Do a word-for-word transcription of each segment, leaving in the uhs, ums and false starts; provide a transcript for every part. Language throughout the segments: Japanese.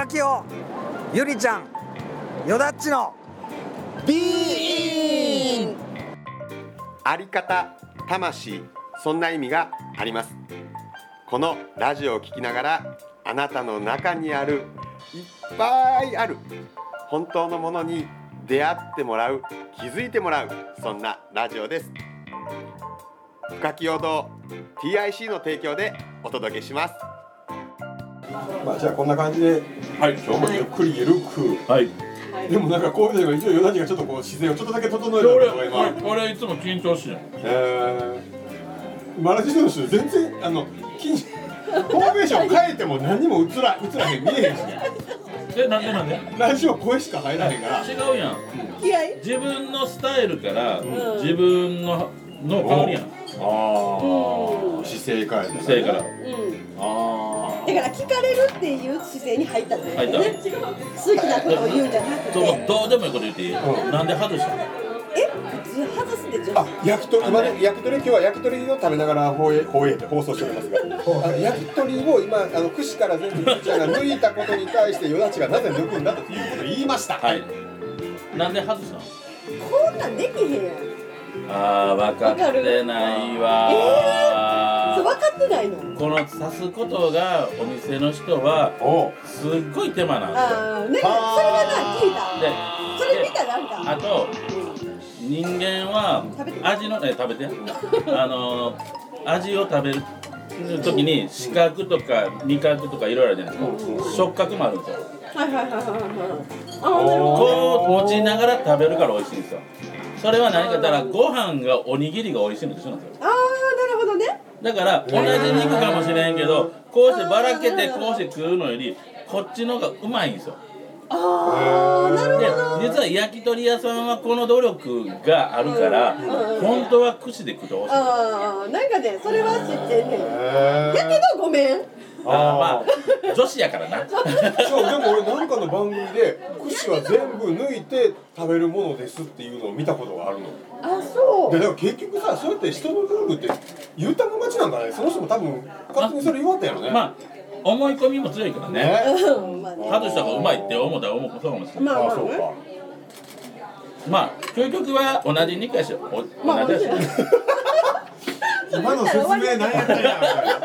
深清ゆりちゃんよだっちのビーインあり方、魂、そんな意味があります。このラジオを聞きながら、あなたの中にあるいっぱいある本当のものに出会ってもらう、気づいてもらう、そんなラジオです。深清堂 ティーアイシー の提供でお届けします。 まあじゃあこんな感じで、はい、今日もゆっくりゆるく、はい、でもなんかこういうのが一応よだちがちょっとこう姿勢をちょっとだけ整えるのが今俺いつも緊張してる。 えー、マラシの人全然あの緊フォーメーション変えても何にも映ら映らへん見えへんしね。 え、なんでなんでラジオ声しか入らへんから。 違うやん。自分のスタイルから、うん、自分のの変わるやん。 ああ、姿勢変えて、ね、 姿勢から。うん、 ああ。だから聞かれるっていう姿勢に入ったんだよね。 入った。 好きなことを言うんじゃなくて。 そうどうでもいいこと言っていい。うん、なんで外したの？ え、普通外すってちょっと。 あ、焼き鳥今ね焼き鳥今日は焼き鳥を食べながら放映放映で放送しておりますが、あの焼き鳥を今あの串から全部ゆりちゃんが抜いたことに対してよだちがなぜ抜くんだということを言いました。 はい。なんで外したの？ こんなんできへんやん。 あー、分かってないわー。 えー、そう分かってないの？この刺すことがお店の人はすっごい手間なんですよ。 あー、ね、それはな聞いた。で、それ見たなんか。 あと、人間は味のね食べて、あの味を食べる時に視覚とか味覚とかいろいろあるじゃないですか。触覚もあるんですよ。 はいはいはいはいはい。 あー、なるほど。こう持ちながら食べるから美味しいんですよ。それは何か言ったらご飯がおにぎりが美味しいのと一緒なんですよ。 ああ、なるほどね。 だから同じ肉かもしれんけど、こうしてばらけてこうして食うのよりこっちの方がうまいんですよ。 ああ、なるほど。 で、実は焼き鳥屋さんはこの努力があるから、うんうん、本当は串で食うと美味しい。 ああ、なんかね、それは知ってんねん。やけどごめん。 ああ、まあ女子やからな。 そう、でも俺なんかの番組で串は全部抜いて食べるものですっていうのを見たことがあるの。 あ、そう。 で、だから結局さ、そうやって人のルールって言ったもん勝ちなんかね。その人も多分勝手にそれ言われたやろね。 まあ思い込みも強いからね。ね、外した方がうまいって思ったら思うそうかもしれない。 まあ、まあ、 そうか。 まあ究極は同じ肉やし、同じやし。 今の説明何やったんや。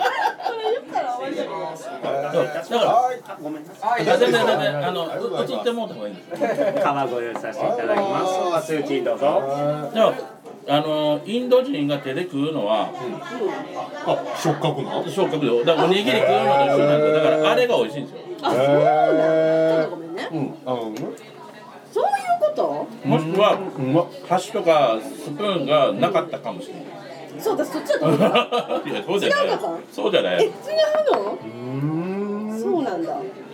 だから、ごめんなさい。全然全然あの映ってもうた方がいいんです。 川ご用意させていただきます。お通知どうぞ。 ではあのインド人が手で食うのは、 うん、あ、触覚な？ 触覚よ。だからおにぎり食うのと一緒なんだ。だからあれが美味しいんですよ。 あ、そうなんだ。ちょっとごめんね。うん、あの、そういうこと？ もしくは、うん、箸とかスプーンがなかったかもしれない。 そうだ、そっちだと思った。 いや、そうじゃない。 違うかった？ そうじゃない。 え、違うの？うーん。そうなんだ。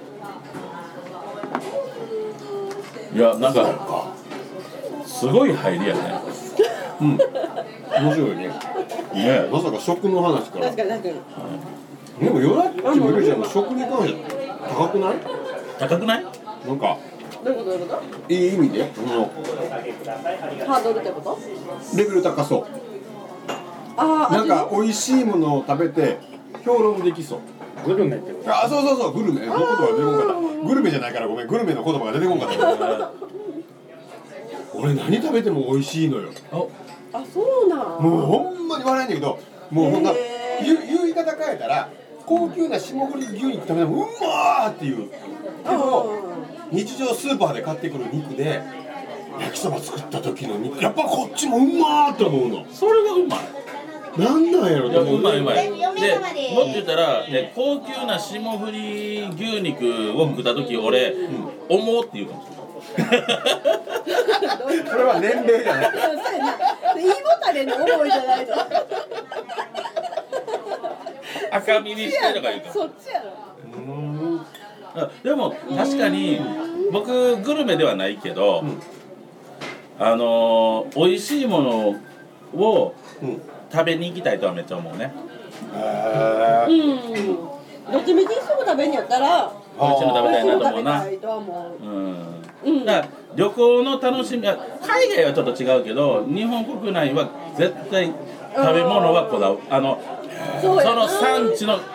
いや、なんかすごい入りやね。 うん。面白いね。ね、まさか食の話から。 確かに確かに。 でもよだっちもゆりちゃんの食に関して高くない？ 高くない？ なんか。 どういうことどういうこと？ いい意味で。 ハードルってこと？ レベル高そう。ああ。なんか美味しいものを食べて評論できそう。 グルメってこと？ あ、そうそうそう、グルメ。言葉が出てこんかった。グルメじゃないからごめん、グルメの言葉が出てこんかった。俺何食べても美味しいのよ。 あ、そうなん。 もうほんまに笑えんねんけど、もうほんな言言い方変えたら高級な霜降り牛肉食べてもうまーっていう。けど日常スーパーで買ってくる肉で焼きそば作った時の肉、やっぱこっちもうまーって思うの。 それがうまい。 なんなんやろと思う。 うまいうまい。で、もっと言ったら、ね、高級な霜降り牛肉を食った時、俺、うん、思うって言うかもしれない。 それは年齢じゃない。 いいボタンでの思いじゃないの。 赤身にしてとか言うか。 そっちやろ。 でも確かに僕グルメではないけど、うん、あのー、美味しいものを、うん食べに行きたいとはめっちゃ思うね。 へー。うん。どっちみちすぐ食べにやったら、 美味しいの食べたいなと思うな。 うん。 うん。だから旅行の楽しみは海外はちょっと違うけど、日本国内は絶対食べ物はこだわる。あのその産地の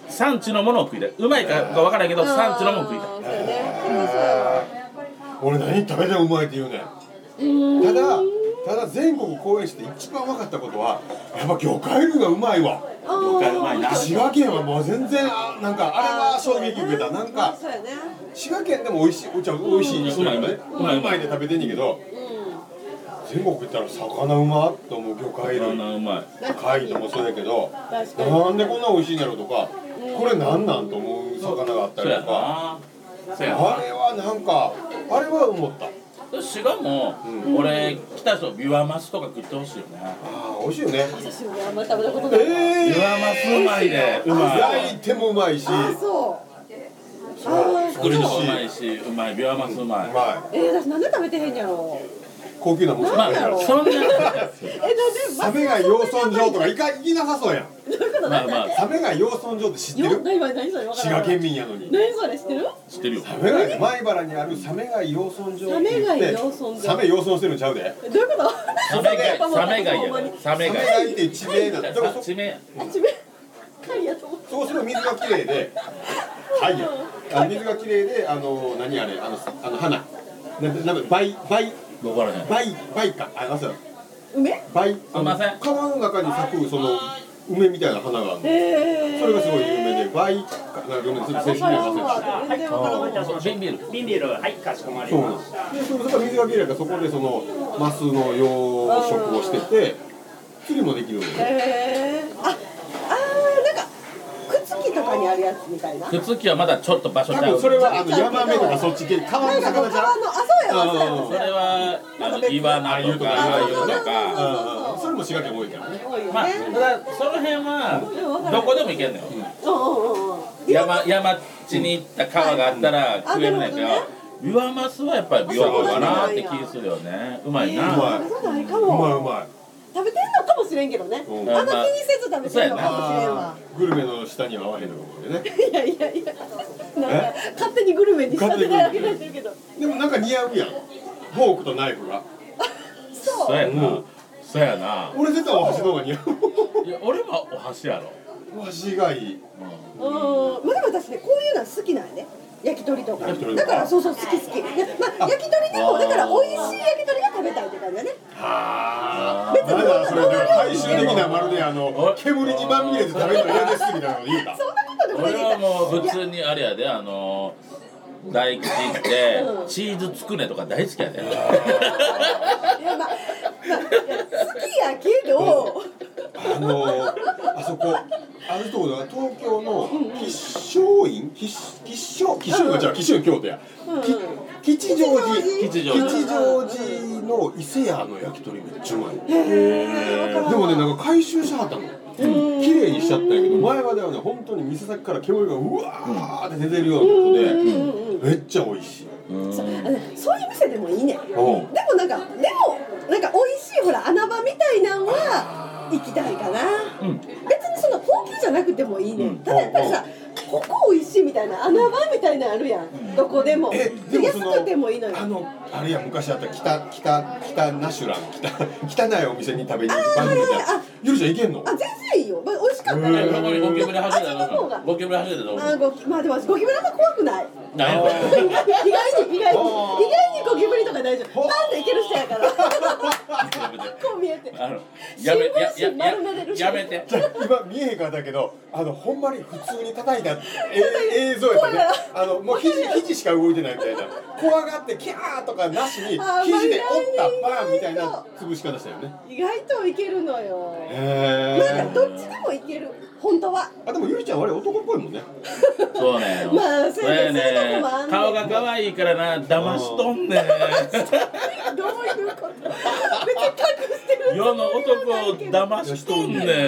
産地のものを食いたい。うまいかわからないけど産地のもの食いたい。 そうやね。それはそうやわ。 俺何食べてもうまいって言うねん。ただただ全国公演して一番分かったことはやっぱ魚介類がうまいわ。 魚介うまいな。 滋賀県はもう全然あなんかあれは衝撃受けた。なんかそうやね。 滋賀県でも美味しいお茶美味しい肉なんかねうまいうまいで食べてんねんけど全国行ったら魚うまっと思う魚介類魚うまい。 貝ともそうやけど確かに。 なんでこんな美味しいんやろとかこれなんなんと思う魚があったそうやりとかな。そうやな。 あれはなんかあれは思った。 滋賀も、俺来た人ビワマスとか食ってほしいよね。 ああ美味しいよね。 私もねあんまり食べたことない。 えビワマスうまいで、うまい。 焼いてもうまいしあ、そう。 作りのもうまいし、うまい。ビワマスうまい。 うまいえー、私なんで食べてへんやろ。 高級なもんまあそんなえ、なんで。 サメが養豚場とか行か行きなさそうやん。 まあまあサメが養豚場って知ってよ、 る？ 何何何それわからん。 滋賀県民やのに。 何それ知ってる？ 知ってるよ。 サメが前原にあるサメが養豚場って言ってサメが養豚場サメ養豚してるんちゃうで。 えどういうこと？ サメがサメがいいやろ。ササメメがいい。 がいて地名なんだ。だからそ地名。 あ、ちめ。貝やと思った。 そうすると水がきれいで、はいよ。あ水がきれいであの何あれあのあの花。なんなんか梅梅わからへん。 梅梅かああそう梅？ 梅すいません川の中に咲くその梅みたいな花があるの。 えー。 それがすごい有名で梅かなんかごめんちょっと正式には忘れました。 全然わからんわ。 ビンビール。 瓶ビール、はい、かしこまりそうなんましですでそこから水がきれいだからそこでそのマスの養殖をしてて釣りもできるのでえー。あ、あーなんか朽木とかにあるやつみたいな。 くつきはまだちょっと場所ちゃう。 多分それはあのヤマメとかそっち系川のなんかこう魚じゃん川のあ、そうやわそうやわうんそうやわ。 それはあのイワナとかアユとか。 うんそれも滋賀県多いからね多いよまあ、 ね。 ただその辺はどこでも行けんのよ。 うんうんうんうん。 山山地に行った川があったら食えるねんけど、ビワマスはやっぱりビワマかなって気するよね。うまいな。 うまいそうないかうまも。 いうまい食べてんのかもしれんけどね。 うんあんま気にせず食べてんのかもしれんわ。 あーグルメの下には合わへんのかもしれないねいやいやいや。なんか勝手にグルメに仕立てられてるけど。 でもなんか似合うやんフォークとナイフがそう。 そうやな。そうやな。 俺絶対お箸の方が似合ういや俺はお箸やろ。 お箸がいいうん。まあでも私ねこういうのは好きなんやね。焼き鳥とか。 焼き鳥とかだからそうそう好き好き。いやまあ焼き鳥でもだから美味しい焼き鳥が食べたいって感じだね。 はあなんだそれだから大衆的なまるであの煙にまみれて食べるの嫌ですみたいなこと言うたそんなことでもない俺はもう普通にあれやであの大吉行ってチーズつくねとか大好きやで。 いやまあまあいや好きやけど。 あのあそこあるところが東京の吉祥院吉吉祥吉祥院がじゃあ吉祥院京都やき吉祥寺吉祥寺吉祥寺の伊勢屋の焼き鳥めっちゃうまいへーでもねなんか回収しはったの綺麗にしちゃったんやけど前まではね本当に店先から煙がうわーって出てるようなことでめっちゃ美味しいそうあのそういう店でもいいね。でおうもなんかでもなんか美味しいほら穴場みたいなんは行きたいかな。 うん別にその高級じゃなくてもいいね。 うんただやっぱりさここ美味しいみたいな穴場みたいなのあるやん。どこでも。 えでもその安くてもいいのよ。 あのあれや昔あった北北北ナシュラン北汚いお店に食べに行く番組みたいなあゆるちゃん行けんのあ全然いいよ。まあ美味しかったらへーここにゴキブリ走ってた味の方がらゴキブリ走ってたらどうあゴキまあでもゴキブリあんま怖くない。 何やこれ。 意外に意外に意外に意あー外にゴキブリとか大丈夫。パンっていける人やから。こう見えて。 あのやめや新聞紙丸めれやるしやめて。 じゃあ今見えへんかったけどあのほんまに普通に叩いたえ映像やったねあのもう肘肘しか動いてないみたいな怖がってキャーとかなしにあー肘で折ったまあバーンみたいな潰し方したよね意外といけるのよ。 へなんかどっちでもいける本当は。 あでもゆりちゃんあれ男っぽいもんねそうね。 まあそれそうやねそういうとねこもあんねん顔が可愛いからな騙しとんねん。 どういうこと？別に隠してるつもり世のは男をないけど。 騙しとんねん。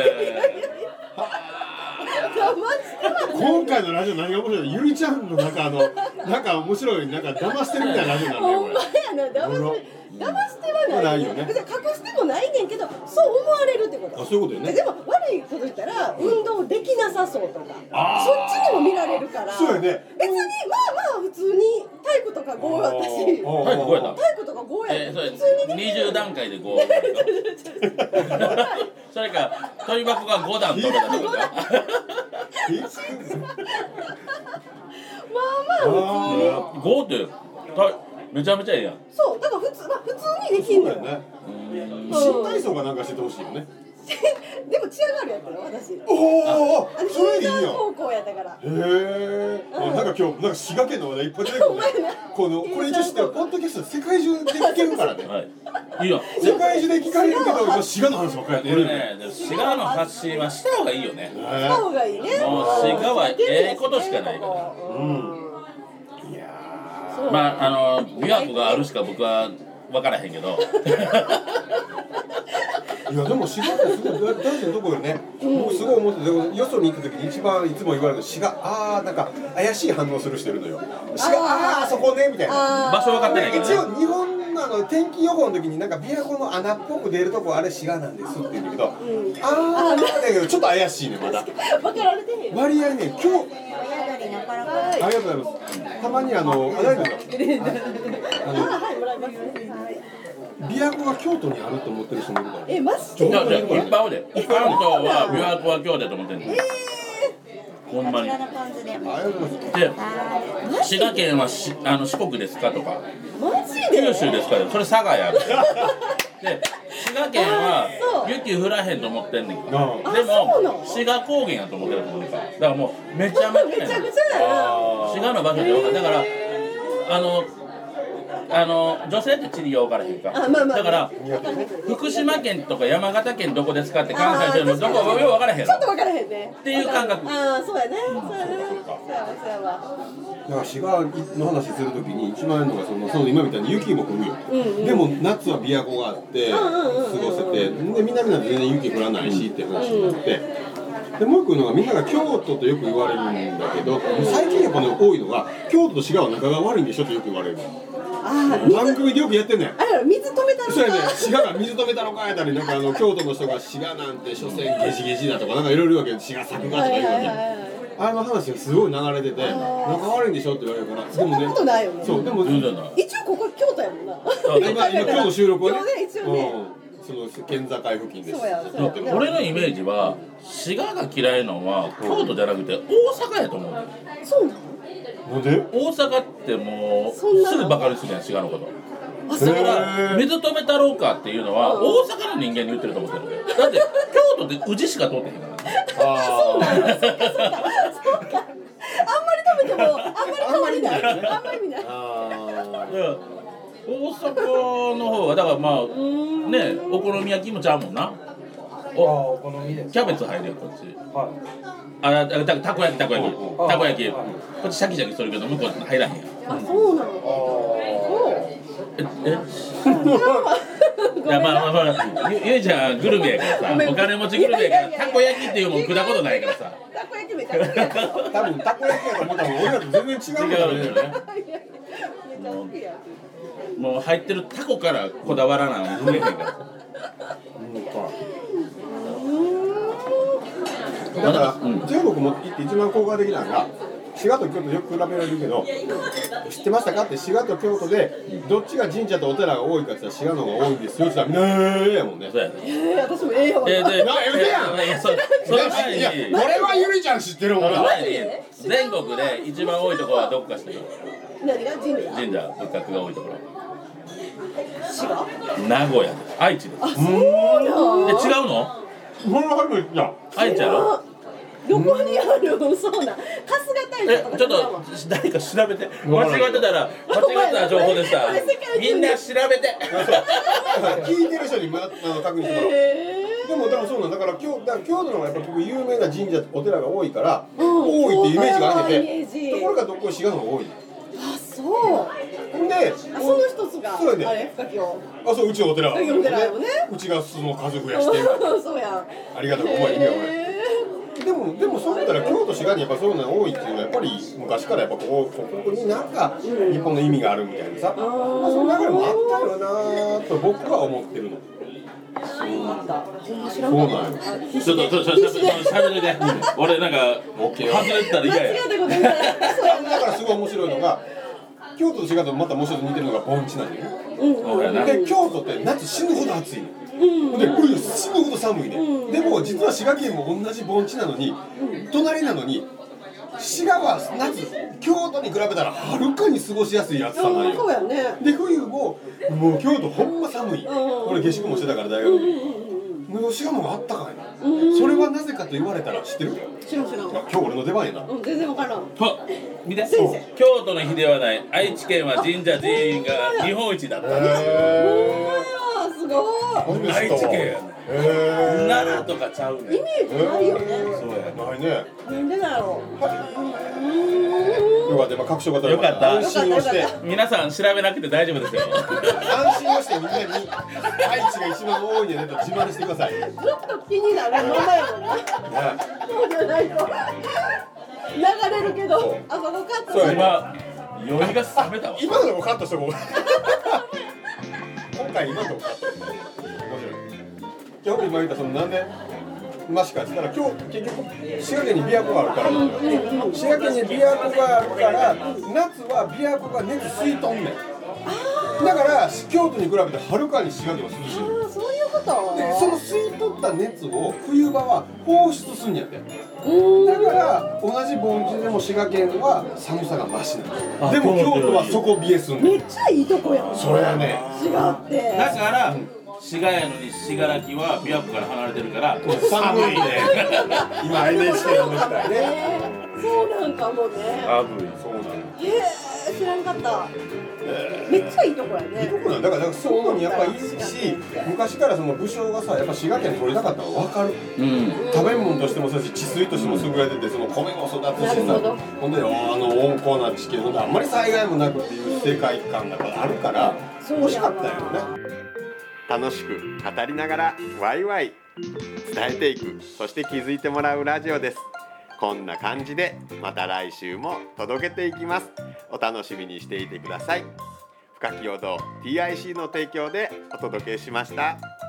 騙してはない。 今回のラジオ何が面白いのゆりちゃんのなんかあのなんか面白いなんか騙してるみたいなラジオなんだよこれほんまやな騙して騙してはない。 ないよね別に隠してもないねんけどそう思われるってこと。 あそういうことよねでも悪いこと言ったら運動できなさそうとか、そっちにも見られるから。 そうやね別にまあまあ普通に体育とかごやったし、体おー体育ごやった育とかごやった。 えー、それ普通にできる。 二十段階でこう。そそれか鳥箱がご段飛べたってことか。 まあまあ普通にごってためちゃめちゃええやん。 そうだから普通、まあ、普通にできんのよね。新体操かなんかしててほしいよね。 でもチアガールやったよ私。 おお、 あのそれいいやん。 高校やったから。 へえ。あ、なんか今日なんか滋賀県の話題いっぱい出てくるね。このこれ一応知ってるポッドキャスト世界中で聞けるからね。 はい。いいよ。 世界中で聞かれるけど、今滋賀の話ばっかりやってるね。 ね、滋賀の発信はした方がいいよね。 した方がいいね。 もう滋賀はええことしかないから。 うん。いやー。 まああの琵琶湖があるしか僕は分からへんけど。 いやでも滋賀ってすごい大事なところよね。僕すごい思ってて、よそに行った時に一番いつも言われるの滋賀、あーなんか怪しい反応する人いるのよ。滋賀、あーあそこねみたいな。 場所分かってないけどね。 一応日本のあの天気予報の時になんか琵琶湖の穴っぽく出るとこあれ滋賀なんですって言うんだけど、あーだけどちょっと怪しいねまだ。 分かられてへん。 割合ね今日。ありがとうございます。たまにあの、あ大丈夫ですか。あの、琵琶湖が京都にあると思ってる人もいるから。 え、マジで。 いやいや、一般はで、一般の人は琵琶湖は京都だと思ってるの。ほんまに。 ありがとうございます。 で、滋賀県はしあの四国ですかとか、 マジで。 九州ですかそれ佐賀やる。で、滋賀県は雪降らへんと思ってんねんけど、でも滋賀高原やと思ってると思うから、だからもうめちゃめちゃめちゃくちゃやな。 滋賀の場所で分かる。だからあの。あの女性って地理が分からへんか、 あまあまあだから福島県とか山形県どこですかって関西人もどこよく分からへんちょっと分からへんねっていう感覚。 ああそうやね、そうやね、そうやわそうやわ。 だから滋賀の話するときに一番いいのがそのその今みたいに雪も降るよ、うんうん、でも夏は琵琶湖があって過ごせて、で南なんて全然雪降らないしって話になって、でもう一個のがみんなが京都とよく言われるんだけど、最近やっぱね多いのが京都と滋賀は仲が悪いんでしょってよく言われる。 あ番組でよくやってんねん。 あれ水止めたのか。 そうやね。滋賀が水止めたのかやったり、なんかあの京都の人が滋賀なんて所詮ゲジゲジだとかなんかいろいろ言うわけ。滋賀作がとか言うわけ。あの話がすごい流れてて、仲悪いんでしょって言われるから。 そんなことないよね。 そうでも一応ここ京都やもんな。 今今今日の収録はね。 一応ね。 その県境付近です。 俺のイメージは滋賀が嫌いなのは京都じゃなくて大阪やと思う。 そうなの？ なんで？ 大阪ってもうすぐバカにするやん滋賀のこと。だから水止めたろうかっていうのは大阪の人間に言ってると思ってるんだよ。だって京都で宇治しか通ってへんからね。 ああそうなんだ。そうかそうかそうか。あんまり食べてもあんまり変わりない。あんまり見ない。 大阪の方はだからまあねお好み焼きもちゃうもんな。おお好みです。 キャベツ入るよこっち。 はい。 あたたたこ焼きたこ焼きたこ焼きこっちシャキシャキするけど向こう入らへんやん。 あそうなの。 ええいやまあまあまあゆゆいちゃんグルメやからさお金持ちグルメやからたこ焼きっていうもん食ったことないからさ。 たこ焼きめちゃくちゃ好きや。 多分たこ焼きやと思ったら俺らと全然違う違うんだよね。もう入ってるタコからこだわらな増えへんから。 だから、うん、中国も行って一番効果的なのが滋賀と京都よく比べられるけど知ってましたかって滋賀と京都でどっちが神社とお寺が多いかって言ったら滋賀の方が多いんですよって言ったらねえやもんね。 そうやね。 えー、私もええやわ。 えでなええやん。 いやそその前にいやこれはゆりちゃん知ってるもんな。 全国で一番多いところはどこか知ってる？ 何が神社？ 神社仏閣が多いところ。 滋賀？ 名古屋です。愛知です。 あ、そうなん。 え違うの？ これは初めてじゃん。 愛知やろ？ どこにある？そうなん。春日大社とか。 えちょっと誰か調べて。間違ってたら間違った情報でさ。みんな調べて。 聞いてる人にまあの確認してもらおう。でもでもそうなんだから京だから京都の方がやっぱ結構有名な神社お寺が多いから、うん、多いっていうイメージがあってて、ところがどこ滋賀の方が多い。 あそうであその一つがそうやねあれ深京あそううちのお寺は、 ね、お寺よねうちがその数増やしてそうやありがとうお前いいね俺でもでもそういったら京都滋賀にやっぱそういうのが多いっていうのはやっぱり昔からやっぱこうここになんか日本の意味があるみたいなさ、まあ、その流れもあったよなと僕は思ってるの。 そうなんだ。 そうなんよ。 ちょっとちょっとしゃべるで。俺なんか外れてたら嫌や。 だからすごい面白いのが京都と滋賀とまたもう一つ似てるのが盆地なのよ。で京都って夏死ぬほど暑いの。 で冬死ぬほど寒いね、うん、でも実は滋賀県も同じ盆地なのに、うん、隣なのに滋賀は夏京都に比べたらはるかに過ごしやすい暑さなんよ、 そうやね、 で冬ももう京都ほんま寒い、うん、俺下宿もしてたから大学に、うん、滋賀の方があったかいな、うん、それはなぜかと言われたら知ってる？ 知らん知らん。 今日俺の出番やな、 うん、全然わからん。 見て、京都の比ではない愛知県は神社寺院が日本一だったんですよ。 すごい。 愛知県やね。奈良とかちゃうね。 イメージないよね。 そうやないね。 なんでだろう。 よかった、今確証が取れました。安心をして皆さん調べなくて大丈夫ですよ。 安心をしてみんなに愛知が一番多いんやねと自慢してください。 ずっと気になるままやもんな。そうじゃないと流れるけど、あそこカット。 今酔いが冷めたわ。 今のとこカットしとこう。今回今のとこカット。面白い。今日今言ったそのなんでマシかって言ったら今日結局滋賀県に琵琶湖があるからなんだよ。滋賀県に琵琶湖があるから夏は琵琶湖が熱吸いとんねん。だから京都に比べてはるかに滋賀県は涼しい。 ああ、そういうこと。 でその吸い取った熱を冬場は放出すんやって。だから同じ盆地でも滋賀県は寒さがマシなの。でも京都は底冷えすんねん。 めっちゃいいとこやん。 それやね。 滋賀って。 だから滋賀やのに信楽は琵琶湖から離れてるから寒いね。今 エヌエイチケー のみたいね。 そうなんかもね。 寒い。 そうなの。 へえ、知らんかった。めっちゃいいとこやね。 いいとこなんだから、だからそういうのにやっぱいいし、昔からその武将がさ、やっぱ滋賀県取りたかったの分かる。うん、食べ物としてもそうだし、治水としても優れてて、その米も育つしさ、ほんであの温厚な地形、ほんであんまり災害もなくっていう世界観があるから、欲しかったよね。 楽しく語りながらワイワイ伝えていく、そして気づいてもらうラジオです。こんな感じでまた来週も届けていきます。お楽しみにしていてください。深き陽動 ティーアイシー の提供でお届けしました。